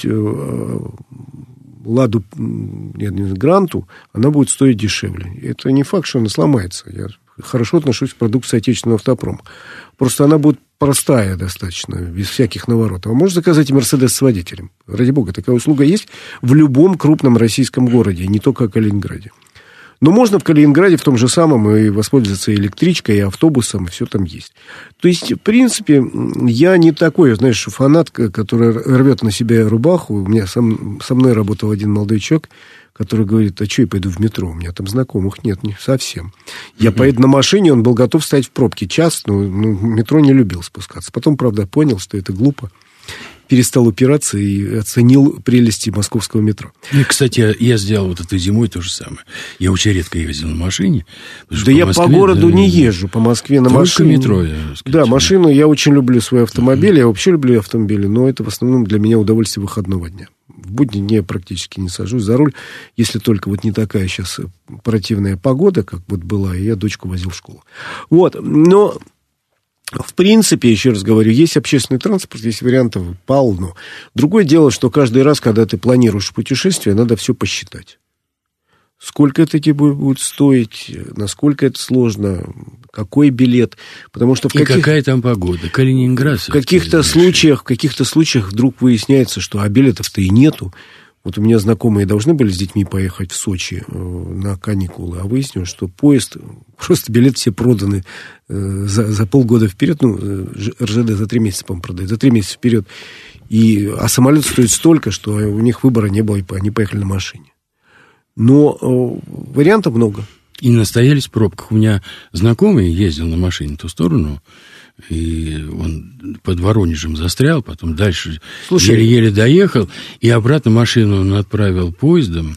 [SPEAKER 3] Ладу Гранту, она будет стоить дешевле. Это не факт, что она сломается. Я хорошо отношусь к продукции отечественного автопрома. Просто она будет простая достаточно, без всяких наворотов. А можно заказать и Мерседес с водителем. Ради бога, такая услуга есть в любом крупном российском городе, не только в Калининграде. Но можно в Калининграде в том же самом и воспользоваться и электричкой, и автобусом, и все там есть. То есть, в принципе, я не такой, фанат, который рвет на себя рубаху. У меня со мной работал один молодой человек, который говорит, а что я пойду в метро? У меня там знакомых нет, не совсем. Я поеду на машине, он был готов стоять в пробке час, но в метро не любил спускаться. Потом, правда, понял, что это глупо. Перестал упираться и оценил прелести московского метро.
[SPEAKER 2] И, кстати, я сделал вот этой зимой то же самое. Я очень редко ездил на машине.
[SPEAKER 3] Да я по городу не езжу, по Москве на машине.
[SPEAKER 2] Метро,
[SPEAKER 3] да, машину, я очень люблю свой автомобиль, я вообще люблю автомобили, но это в основном для меня удовольствие выходного дня. В будни дни я практически не сажусь за руль, если только не такая сейчас противная погода, как была, и я дочку возил в школу. Вот, но... В принципе, еще раз говорю, есть общественный транспорт, есть вариантов полно. Другое дело, что каждый раз, когда ты планируешь путешествие, надо все посчитать. Сколько это тебе будет стоить, насколько это сложно, какой билет. Потому что
[SPEAKER 2] какая там погода? Калининград.
[SPEAKER 3] В каких-то случаях вдруг выясняется, что билетов-то и нету. Вот у меня знакомые должны были с детьми поехать в Сочи на каникулы, а выяснилось, что поезд, просто билеты все проданы за полгода вперед, РЖД за 3 месяца, по-моему, продает, за 3 месяца вперед. А самолет стоит столько, что у них выбора не было, и они поехали на машине. Но вариантов много.
[SPEAKER 2] И настоялись в пробках. У меня знакомый ездил на машине в ту сторону, и он под Воронежем застрял, потом дальше еле-еле доехал, и обратно машину он отправил поездом,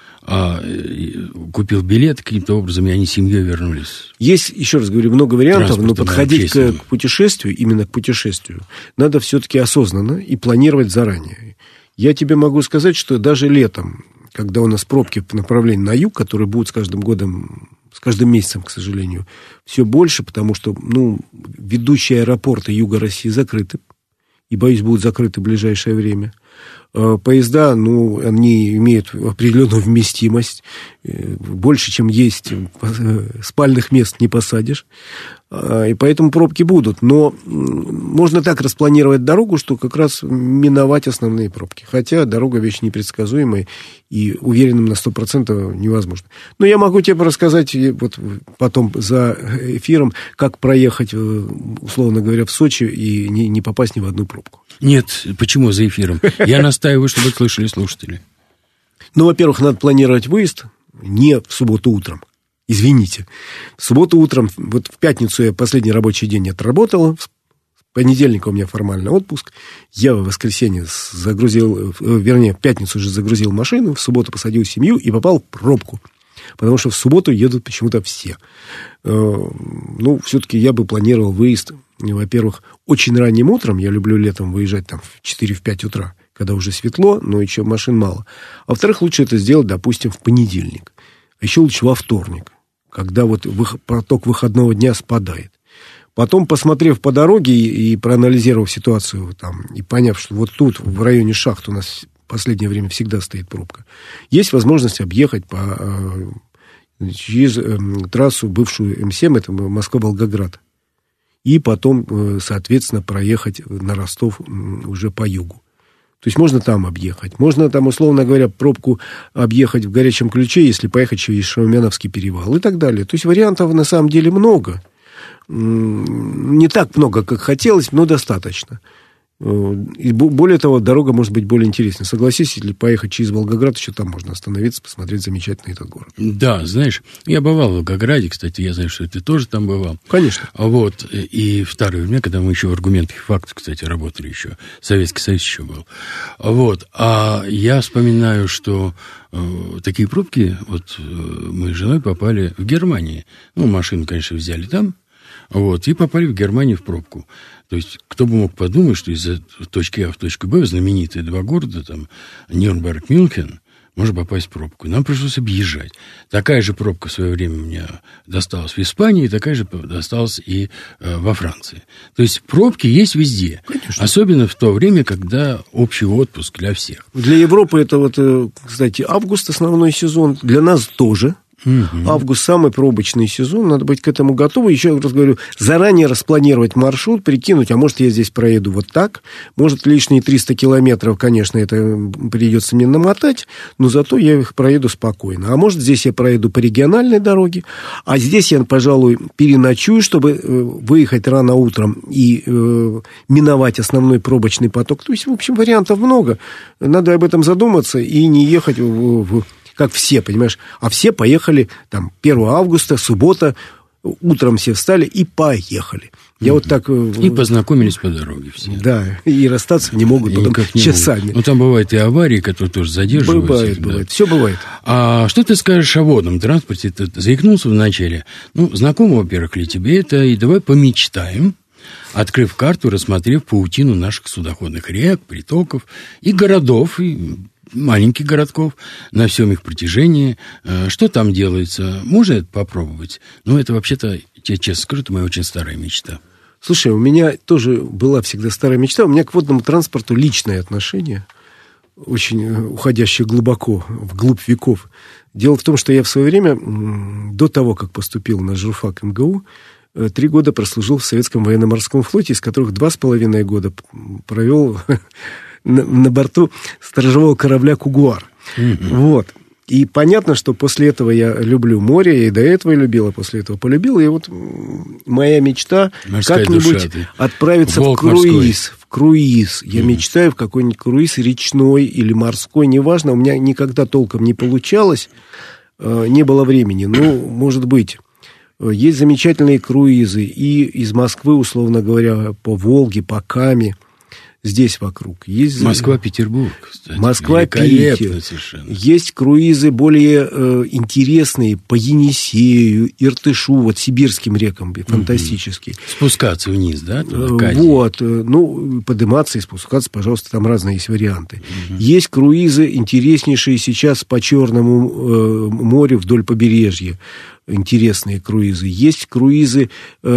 [SPEAKER 2] купил билет каким-то образом, и они с семьей вернулись.
[SPEAKER 3] Есть, еще раз говорю, много вариантов, но подходить к путешествию, именно к путешествию, надо все-таки осознанно и планировать заранее. Я тебе могу сказать, что даже летом, когда у нас пробки по направлению на юг, которые будут с каждым годом, с каждым месяцем, к сожалению, все больше, потому что, ведущие аэропорты юга России закрыты, и, боюсь, будут закрыты в ближайшее время. Поезда, они имеют определенную вместимость, больше, чем есть, спальных мест не посадишь, и поэтому пробки будут. Но можно так распланировать дорогу, что как раз миновать основные пробки. Хотя дорога вещь непредсказуемая, и уверенным на 100% невозможно. Но я могу тебе рассказать вот потом за эфиром, как проехать, условно говоря, в Сочи и не попасть ни в одну пробку.
[SPEAKER 2] Нет, почему за эфиром? Я настаиваю, чтобы слышали слушатели.
[SPEAKER 3] Во-первых, надо планировать выезд не в субботу утром. Извините. В субботу утром, вот в пятницу я последний рабочий день отработал, в понедельник у меня формально отпуск, я в воскресенье в пятницу уже загрузил машину, в субботу посадил семью и попал в пробку. Потому что в субботу едут почему-то все. Все-таки я бы планировал выезд, во-первых, очень ранним утром. Я люблю летом выезжать там в 4-5 утра, когда уже светло, но еще машин мало. А во-вторых, лучше это сделать, допустим, в понедельник. А еще лучше во вторник, когда вот поток выходного дня спадает. Потом, посмотрев по дороге и проанализировав ситуацию там, и поняв, что вот тут, в районе шахт, у нас в последнее время всегда стоит пробка, есть возможность объехать через трассу бывшую М7, это Москва-Волгоград, и потом, соответственно, проехать на Ростов уже по югу. То есть можно там объехать. Можно там, условно говоря, пробку объехать в горячем ключе, если поехать через Шаумяновский перевал и так далее. То есть вариантов на самом деле много. Не так много, как хотелось, но достаточно. И более того, дорога может быть более интересной. Согласись, если поехать через Волгоград, еще там можно остановиться, посмотреть замечательный этот город.
[SPEAKER 2] Да, знаешь, я бывал в Волгограде, кстати, я знаю, что ты тоже там бывал.
[SPEAKER 3] Конечно.
[SPEAKER 2] Вот, и в старое время, когда мы еще в «Аргументах и фактах», кстати, работали еще, Советский Союз еще был. Вот, а я вспоминаю, что такие пробки, вот мы с женой попали в Германии. Машину, конечно, взяли там, вот, и попали в Германию в пробку. То есть, кто бы мог подумать, что из точки А в точку Б, знаменитые 2 города, там, Нюрнберг, Мюнхен, можно попасть в пробку. Нам пришлось объезжать. Такая же пробка в свое время мне досталась в Испании, такая же досталась и во Франции. То есть, пробки есть везде. Конечно. Особенно в то время, когда общий отпуск для всех.
[SPEAKER 3] Для Европы это, кстати, август основной сезон. Для нас тоже. Август самый пробочный сезон, надо быть к этому готовы. Еще раз говорю, заранее распланировать маршрут, прикинуть, а может, я здесь проеду вот так, может, лишние 300 километров, конечно, это придется мне намотать, но зато я их проеду спокойно. А может, здесь я проеду по региональной дороге, а здесь я, пожалуй, переночую, чтобы выехать рано утром и миновать основной пробочный поток. То есть, в общем, вариантов много. Надо об этом задуматься и не ехать как все, понимаешь? А все поехали, там, 1 августа, суббота, утром все встали и поехали. Я вот так...
[SPEAKER 2] И познакомились по дороге все.
[SPEAKER 3] Да, и расстаться не могут потом часами.
[SPEAKER 2] Там бывают и аварии, которые тоже задерживаются.
[SPEAKER 3] Бывает, все бывает.
[SPEAKER 2] А что ты скажешь о водном транспорте? Ты заикнулся вначале. Знакомо, во-первых, ли тебе это? И давай помечтаем, открыв карту, рассмотрев паутину наших судоходных рек, притоков и городов, и маленьких городков на всем их протяжении. Что там делается? Можно это попробовать? Это вообще-то, я честно скажу, это моя очень старая мечта.
[SPEAKER 3] Слушай, у меня тоже была всегда старая мечта. У меня к водному транспорту личное отношение, очень уходящее глубоко, вглубь веков. Дело в том, что я в свое время, до того, как поступил на журфак МГУ, 3 года прослужил в Советском военно-морском флоте, из которых 2,5 года провел на борту сторожевого корабля «Кугуар». Вот. И понятно, что после этого я люблю море, я и до этого любил, а после этого полюбил. И вот моя мечта морская как-нибудь отправиться в круиз. Я мечтаю в какой-нибудь круиз речной или морской, неважно. У меня никогда толком не получалось, не было времени. Ну, может быть, есть замечательные круизы и из Москвы, условно говоря, по Волге, по Каме. Здесь вокруг. Есть...
[SPEAKER 2] Москва-Петербург, кстати.
[SPEAKER 3] Москва-Питер. Есть круизы более интересные по Енисею, Иртышу, вот сибирским рекам, фантастические.
[SPEAKER 2] Спускаться вниз, да?
[SPEAKER 3] Вот. Ну, подниматься и спускаться, пожалуйста, там разные есть варианты. Есть круизы интереснейшие сейчас по Черному морю вдоль побережья. Интересные круизы. Есть круизы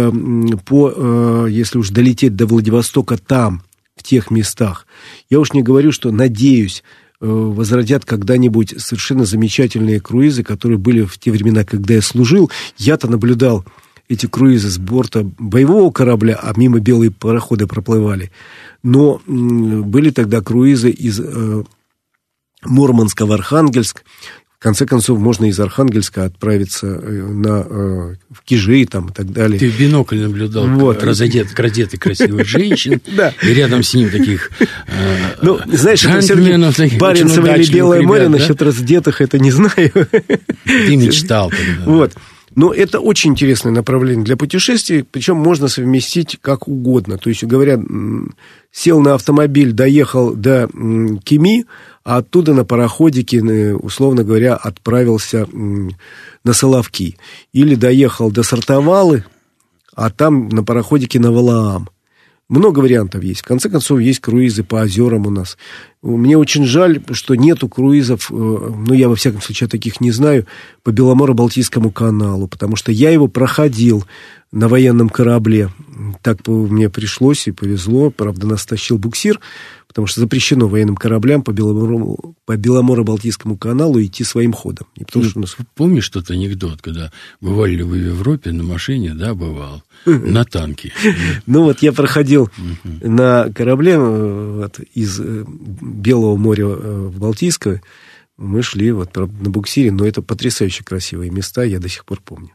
[SPEAKER 3] если уж долететь до Владивостока там, в тех местах. Я уж не говорю, что, надеюсь, возродят когда-нибудь совершенно замечательные круизы, которые были в те времена, когда я служил. Я-то наблюдал эти круизы с борта боевого корабля, а мимо белые пароходы проплывали. Но были тогда круизы из Мурманска в Архангельск. В конце концов, можно из Архангельска отправиться в Кижи там, и так далее.
[SPEAKER 2] Ты в бинокль наблюдал разодетых красивых женщин, и рядом с ним таких
[SPEAKER 3] знаешь, это все-таки Баренцево или Белое море, насчет раздетых это не знаю.
[SPEAKER 2] Ты мечтал тогда.
[SPEAKER 3] Вот. Но это очень интересное направление для путешествий, причем можно совместить как угодно. То есть, говоря, сел на автомобиль, доехал до Кеми, а оттуда на пароходике, условно говоря, отправился на Соловки. Или доехал до Сартовалы, а там на пароходике на Валаам. Много вариантов есть. В конце концов, есть круизы по озерам у нас. Мне очень жаль, что нету круизов, я во всяком случае таких не знаю, по Беломоро-Балтийскому каналу, потому что я его проходил на военном корабле. Так мне пришлось и повезло. Правда, нас тащил буксир, потому что запрещено военным кораблям по Беломоро-Балтийскому каналу идти своим ходом. И потому что
[SPEAKER 2] помнишь тот анекдот, когда бывали вы в Европе на машине, да, бывал, на танке?
[SPEAKER 3] Я проходил на корабле из Белого моря в Балтийское. Мы шли на буксире, но это потрясающе красивые места, я до сих пор помню.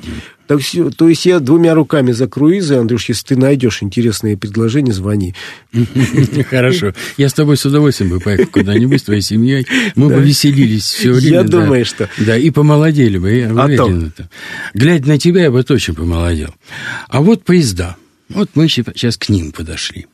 [SPEAKER 3] То есть я 2 руками за круизы, Андрюш, если ты найдешь интересные предложения, звони.
[SPEAKER 2] Хорошо. Я с тобой с удовольствием бы поехал куда-нибудь с твоей семьей. Мы бы веселились все время.
[SPEAKER 3] Я думаю, что...
[SPEAKER 2] Да, и помолодели бы, я уверен. Глядя на тебя, я бы точно помолодел. А вот поезда. Вот мы сейчас к ним подошли.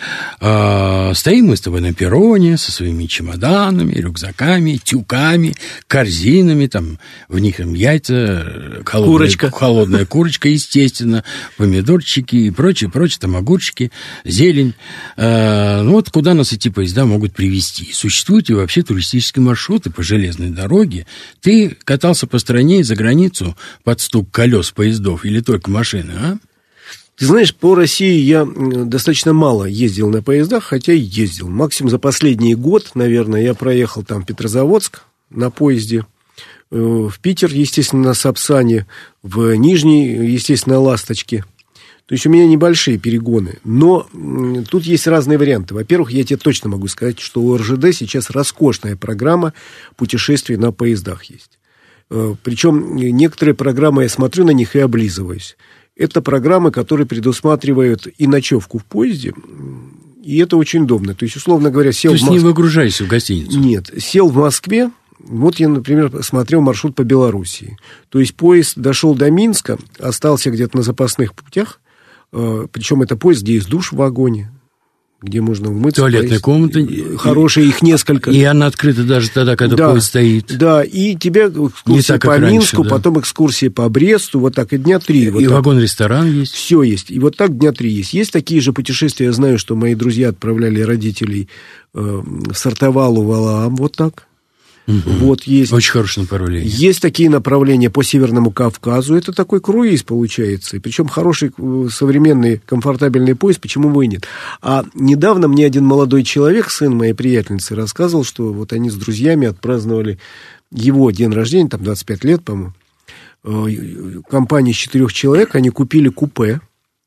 [SPEAKER 2] Стоим мы с тобой на перроне со своими чемоданами, рюкзаками, тюками, корзинами, там в них яйца, холодная курочка, естественно, помидорчики и прочее, там огурчики, зелень. Куда нас эти поезда могут привезти? Существуют ли вообще туристические маршруты по железной дороге? Ты катался по стране и за границу под стук колес поездов или только машины, а?
[SPEAKER 3] Ты знаешь, по России я достаточно мало ездил на поездах, хотя и ездил. Максимум за последний год, наверное, я проехал там Петрозаводск на поезде, в Питер, естественно, на Сапсане, в Нижний, естественно, на Ласточке. То есть у меня небольшие перегоны. Но тут есть разные варианты. Во-первых, я тебе точно могу сказать, что у РЖД сейчас роскошная программа путешествий на поездах есть. Причем некоторые программы, я смотрю на них и облизываюсь. Это программы, которые предусматривают и ночевку в поезде, и это очень удобно. То есть, условно говоря, сел в Москве...
[SPEAKER 2] То есть не выгружайся в гостиницу?
[SPEAKER 3] Нет, сел в Москве, вот я, например, смотрел маршрут по Белоруссии. То есть поезд дошел до Минска, остался где-то на запасных путях, причем это поезд, где есть душ в вагоне, где можно умыться.
[SPEAKER 2] Туалетная комната.
[SPEAKER 3] Хорошая, их несколько.
[SPEAKER 2] И она открыта даже тогда, когда поезд стоит.
[SPEAKER 3] Да, и тебе экскурсия по Минску, раньше, потом экскурсия по Бресту, вот так и дня 3.
[SPEAKER 2] И вагон-ресторан есть.
[SPEAKER 3] Все есть. И вот так дня 3 есть. Есть такие же путешествия, я знаю, что мои друзья отправляли родителей в Сартовалу, Валаам, вот так. Вот есть.
[SPEAKER 2] Очень хорошее направление.
[SPEAKER 3] Есть такие направления по Северному Кавказу. Это такой круиз получается. Причем хороший, современный, комфортабельный поезд. Почему бы и нет? А недавно мне один молодой человек, сын моей приятельницы, рассказывал, что вот они с друзьями отпраздновали его день рождения, там 25 лет, по-моему. Компания из 4 человек, они купили купе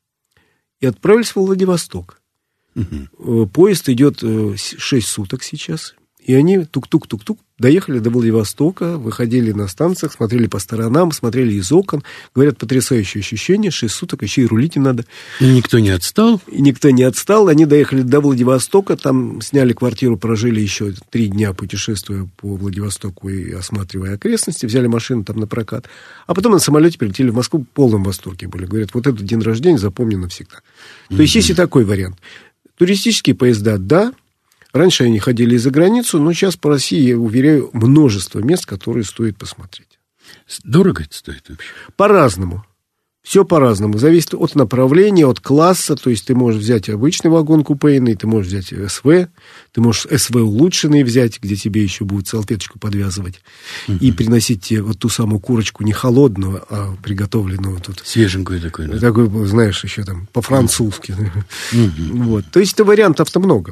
[SPEAKER 3] и отправились во Владивосток. Поезд идет 6 суток сейчас. И они тук-тук-тук-тук доехали до Владивостока, выходили на станциях, смотрели по сторонам, смотрели из окон. Говорят, потрясающее ощущение, 6 суток, еще и рулить не надо.
[SPEAKER 2] И никто не отстал?
[SPEAKER 3] И никто не отстал. Они доехали до Владивостока, там сняли квартиру, прожили еще 3 дня, путешествуя по Владивостоку и осматривая окрестности, взяли машину там на прокат. А потом на самолете прилетели в Москву, в полном восторге были. Говорят, вот этот день рождения запомню навсегда. То есть есть и такой вариант. Туристические поезда, да. Раньше они ходили и за границу, но сейчас по России, я уверяю, множество мест, которые стоит посмотреть.
[SPEAKER 2] Дорого это стоит вообще?
[SPEAKER 3] По-разному. Все по-разному. Зависит от направления, от класса. То есть ты можешь взять обычный вагон купейный, ты можешь взять СВ, ты можешь СВ улучшенный взять, где тебе еще будут салфеточку подвязывать и приносить тебе вот ту самую курочку не холодную, а приготовленную тут.
[SPEAKER 2] Свеженькую такую. Да?
[SPEAKER 3] Такой, знаешь, еще там по-французски. Вот. То есть вариантов-то много.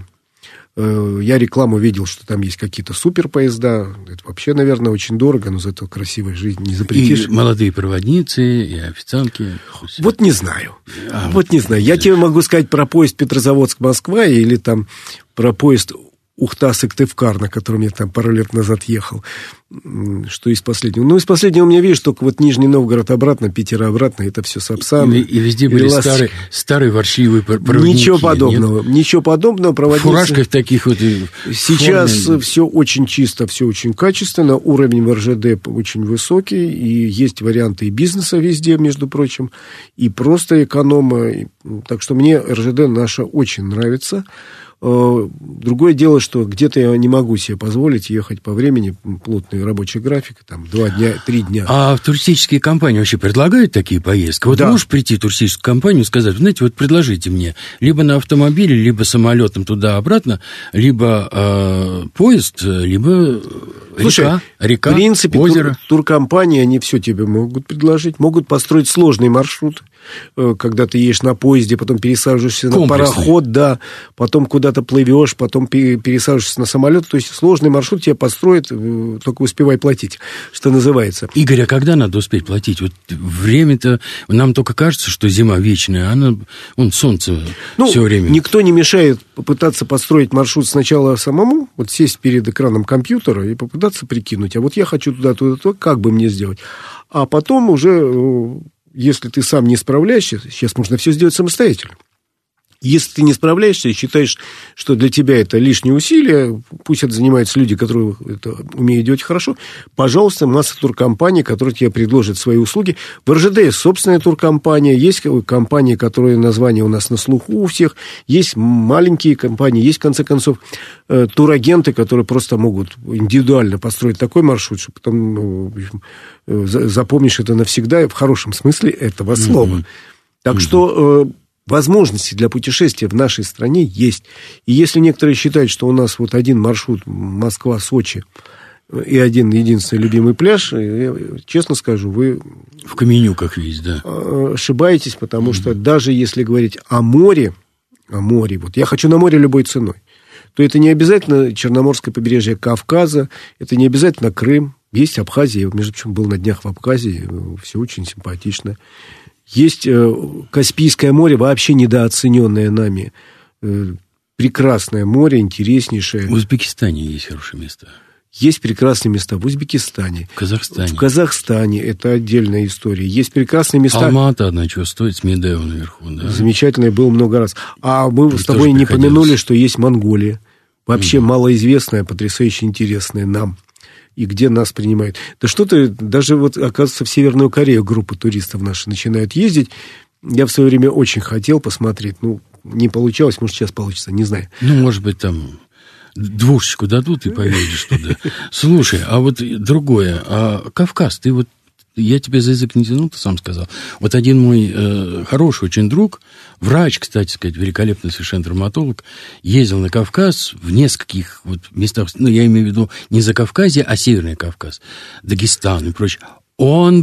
[SPEAKER 3] Я рекламу видел, что там есть какие-то суперпоезда. Это вообще, наверное, очень дорого, но зато красивой жизни не запретишь.
[SPEAKER 2] И молодые проводницы, и официантки.
[SPEAKER 3] Вот не знаю. Вот не знаю. Я тебе могу сказать про поезд Петрозаводск-Москва или там про поезд Ухта-Сыктывкар, на котором я там пару лет назад ехал. Что из последнего? Ну, из последнего у меня, видишь, только вот Нижний Новгород обратно, Питер обратно, это все Сапсан.
[SPEAKER 2] И везде были старые ворчливые проводники.
[SPEAKER 3] Ничего подобного. Нет? Ничего подобного.
[SPEAKER 2] В фуражках таких вот.
[SPEAKER 3] Сейчас все очень чисто, все очень качественно. Уровень в РЖД очень высокий. И есть варианты и бизнеса везде, между прочим. И просто эконома. Так что мне РЖД наша очень нравится. Другое дело, что где-то я не могу себе позволить ехать по времени, плотный рабочий график, там 2 дня, 3 дня.
[SPEAKER 2] А в туристические компании вообще предлагают такие поездки? Вот
[SPEAKER 3] да.
[SPEAKER 2] Можешь прийти в туристическую компанию и сказать, знаете, вот предложите мне либо на автомобиле, либо самолетом туда-обратно, либо поезд, либо река,
[SPEAKER 3] в принципе,
[SPEAKER 2] озеро.
[SPEAKER 3] Туркомпании, они все тебе могут предложить, могут построить сложный маршрут, когда ты едешь на поезде, потом пересаживаешься на пароход, да, потом куда-то плывешь, потом пересаживаешься на самолет. То есть сложный маршрут тебе построят, только успевай платить, что называется.
[SPEAKER 2] Игорь, а когда надо успеть платить? Вот время-то, нам только кажется, что зима вечная, а солнце все время.
[SPEAKER 3] Никто не мешает попытаться построить маршрут сначала самому, вот сесть перед экраном компьютера и попытаться прикинуть, а вот я хочу туда, как бы мне сделать? А потом уже... Если ты сам не справляешься, сейчас можно все сделать самостоятельно. Если ты не справляешься и считаешь, что для тебя это лишние усилия, пусть это занимаются люди, которые это умеют делать хорошо, пожалуйста, масса туркомпаний, которые тебе предложат свои услуги. В РЖД есть собственная туркомпания, есть компании, которые название у нас на слуху у всех, есть маленькие компании, есть, в конце концов, турагенты, которые просто могут индивидуально построить такой маршрут, что потом запомнишь это навсегда, в хорошем смысле этого слова. Так что... возможности для путешествия в нашей стране есть. И если некоторые считают, что у нас вот один маршрут Москва-Сочи и один единственный любимый пляж, я честно скажу, вы...
[SPEAKER 2] В Каменюках есть, да.
[SPEAKER 3] Ошибаетесь, потому что даже если говорить о море, вот я хочу на море любой ценой, то это не обязательно Черноморское побережье Кавказа, это не обязательно Крым, есть Абхазия, я, между прочим, был на днях в Абхазии, все очень симпатично. Есть Каспийское море, вообще недооцененное нами. Прекрасное море, интереснейшее.
[SPEAKER 2] В Узбекистане есть хорошие места.
[SPEAKER 3] Есть прекрасные места в Узбекистане.
[SPEAKER 2] В Казахстане
[SPEAKER 3] это отдельная история. Есть прекрасные места.
[SPEAKER 2] Алма-Ата одна чего стоит, с Медео наверху. Да?
[SPEAKER 3] Замечательное, было много раз. А мы с тобой не помянули, что есть Монголия. Вообще малоизвестная, потрясающе интересная нам. И где нас принимают. Да что-то, даже вот, оказывается, в Северную Корею группы туристов наши начинают ездить. Я в свое время очень хотел посмотреть. Не получалось, может, сейчас получится, не знаю.
[SPEAKER 2] Может быть, там двушечку дадут и поедешь туда. Слушай, а вот другое. А Кавказ, ты вот я тебе за язык не тянул, ты сам сказал. Вот один мой хороший очень друг, врач, кстати сказать, великолепный совершенно дерматолог, ездил на Кавказ в нескольких вот местах, ну, я имею в виду не Закавказье, а Северный Кавказ, Дагестан и прочее. Он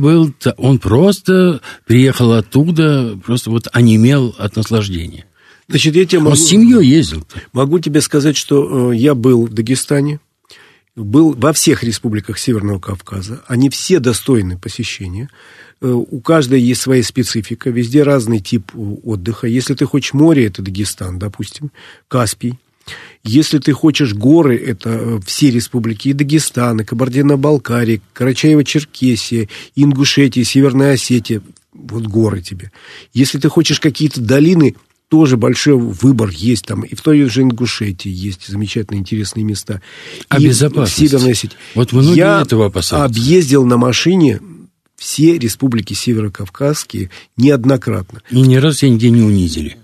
[SPEAKER 2] просто приехал оттуда, просто вот онемел от наслаждения.
[SPEAKER 3] Значит, я тебе
[SPEAKER 2] Он с семьей ездил.
[SPEAKER 3] Могу тебе сказать, что я был в Дагестане, был во всех республиках Северного Кавказа. Они все достойны посещения. У каждой есть своя специфика, везде разный тип отдыха. Если ты хочешь море, это Дагестан, допустим, Каспий. Если ты хочешь горы, это все республики, и Дагестан, и Кабардино-Балкария, Карачаево-Черкесия, Ингушетия, Северная Осетия, вот горы тебе. Если ты хочешь какие-то долины, тоже большой выбор есть там, и в той же Ингушетии есть замечательные, интересные места.
[SPEAKER 2] А
[SPEAKER 3] и
[SPEAKER 2] безопасность?
[SPEAKER 3] Северная Осетия.
[SPEAKER 2] Вот многие этого опасаются.
[SPEAKER 3] Я объездил на машине все республики северокавказские неоднократно.
[SPEAKER 2] И ни разу тебя нигде не унизили?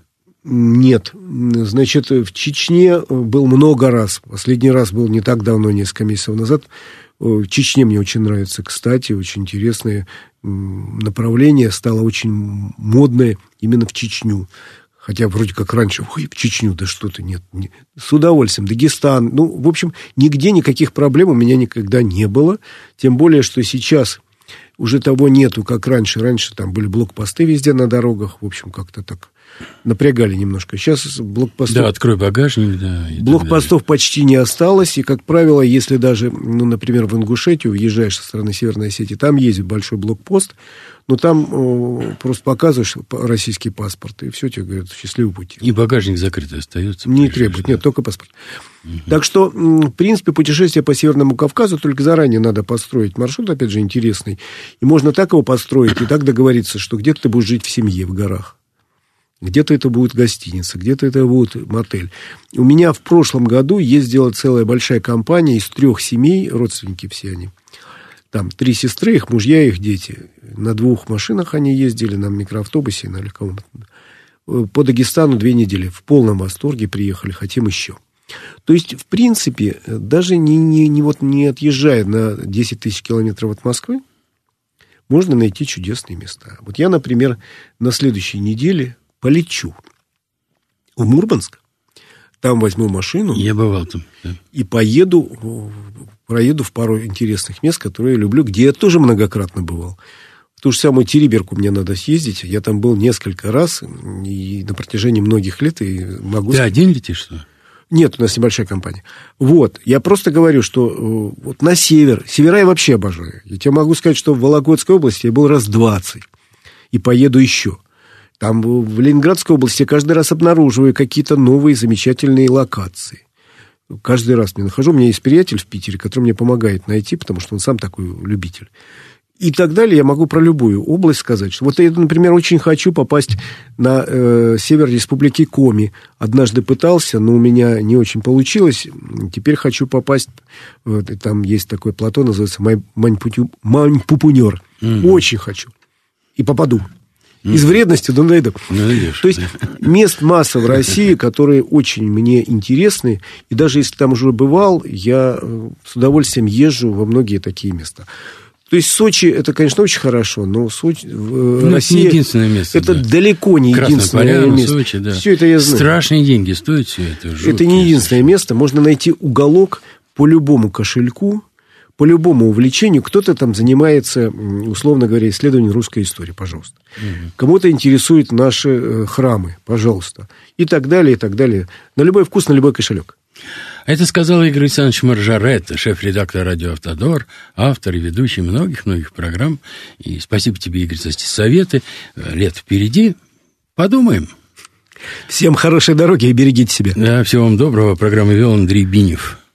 [SPEAKER 3] Нет. Значит, в Чечне был много раз. Последний раз был не так давно, несколько месяцев назад. В Чечне мне очень нравится, кстати, очень интересное направление. Стало очень модное именно в Чечню. Хотя вроде как раньше, в Чечню, да что-то нет. С удовольствием. Дагестан. Ну, в общем, нигде никаких проблем у меня никогда не было. Тем более, что сейчас уже того нету, как раньше. Раньше там были блокпосты везде на дорогах. В общем, как-то так напрягали немножко. Сейчас блокпостов...
[SPEAKER 2] Да, открой багажник, да.
[SPEAKER 3] Блокпостов почти не осталось. И, как правило, если даже, ну, например, в Ингушетию въезжаешь со стороны Северной Осетии, там есть большой блокпост, но там просто показываешь российский паспорт, и все, тебе говорят, счастливый путь.
[SPEAKER 2] И багажник закрытый остается.
[SPEAKER 3] Не требует, нет, только паспорт. Так что, в принципе, путешествие по Северному Кавказу, только заранее надо построить маршрут, опять же, интересный. И можно так его построить, и так договориться, что где-то ты будешь жить в семье, в горах. Где-то это будет гостиница, где-то это будет мотель. У меня в прошлом году ездила целая большая компания из 3 семей, родственники все они. Там 3 сестры, их мужья, их дети. На 2 машинах они ездили, на микроавтобусе, на легковом. По Дагестану 2 недели. В полном восторге приехали, хотим еще. То есть, в принципе, даже не отъезжая на 10 тысяч километров от Москвы, можно найти чудесные места. Вот я, например, на следующей неделе полечу в Мурманск, там возьму машину.
[SPEAKER 2] Я бывал там. Да.
[SPEAKER 3] И проеду в пару интересных мест, которые я люблю, где я тоже многократно бывал. В ту же самую Териберку мне надо съездить. Я там был несколько раз, и на протяжении многих лет. И могу...
[SPEAKER 2] Ты один летишь, что ли?
[SPEAKER 3] Нет, у нас небольшая компания. Вот, я просто говорю, что вот на север, севера я вообще обожаю. Я тебе могу сказать, что в Вологодской области я был раз 20, и поеду еще. Там в Ленинградской области я каждый раз обнаруживаю какие-то новые замечательные локации. Каждый раз не нахожу. У меня есть приятель в Питере, который мне помогает найти, потому что он сам такой любитель. И так далее. Я могу про любую область сказать. Что вот я, например, очень хочу попасть на север республики Коми. Однажды пытался, но у меня не очень получилось. Теперь хочу попасть... Там есть такое плато, называется Мань-Пупунер. Очень хочу. И попаду. Из вредности, но найду. То есть, мест масса в России, которые очень мне интересны. И даже если там уже бывал, я с удовольствием езжу во многие такие места. То есть, Сочи, это, конечно, очень хорошо, но Сочи, Россия...
[SPEAKER 2] Это не единственное место.
[SPEAKER 3] Это далеко не единственное место.
[SPEAKER 2] Сочи, да.
[SPEAKER 3] Все это я знаю.
[SPEAKER 2] Страшные деньги стоит все это.
[SPEAKER 3] Это не единственное место. Можно найти уголок по любому кошельку, по любому увлечению. Кто-то там занимается, условно говоря, исследованием русской истории, пожалуйста. Кому-то интересуют наши храмы, пожалуйста. И так далее, и так далее. На любой вкус, на любой кошелек.
[SPEAKER 2] Это сказал Игорь Александрович Маржаретта, шеф-редактор радио «Автодор», автор и ведущий многих-многих программ. И спасибо тебе, Игорь, за эти советы. Лето впереди. Подумаем.
[SPEAKER 3] Всем хорошей дороги и берегите себя.
[SPEAKER 2] Да, всего вам доброго. Программу вел Андрей Бинев.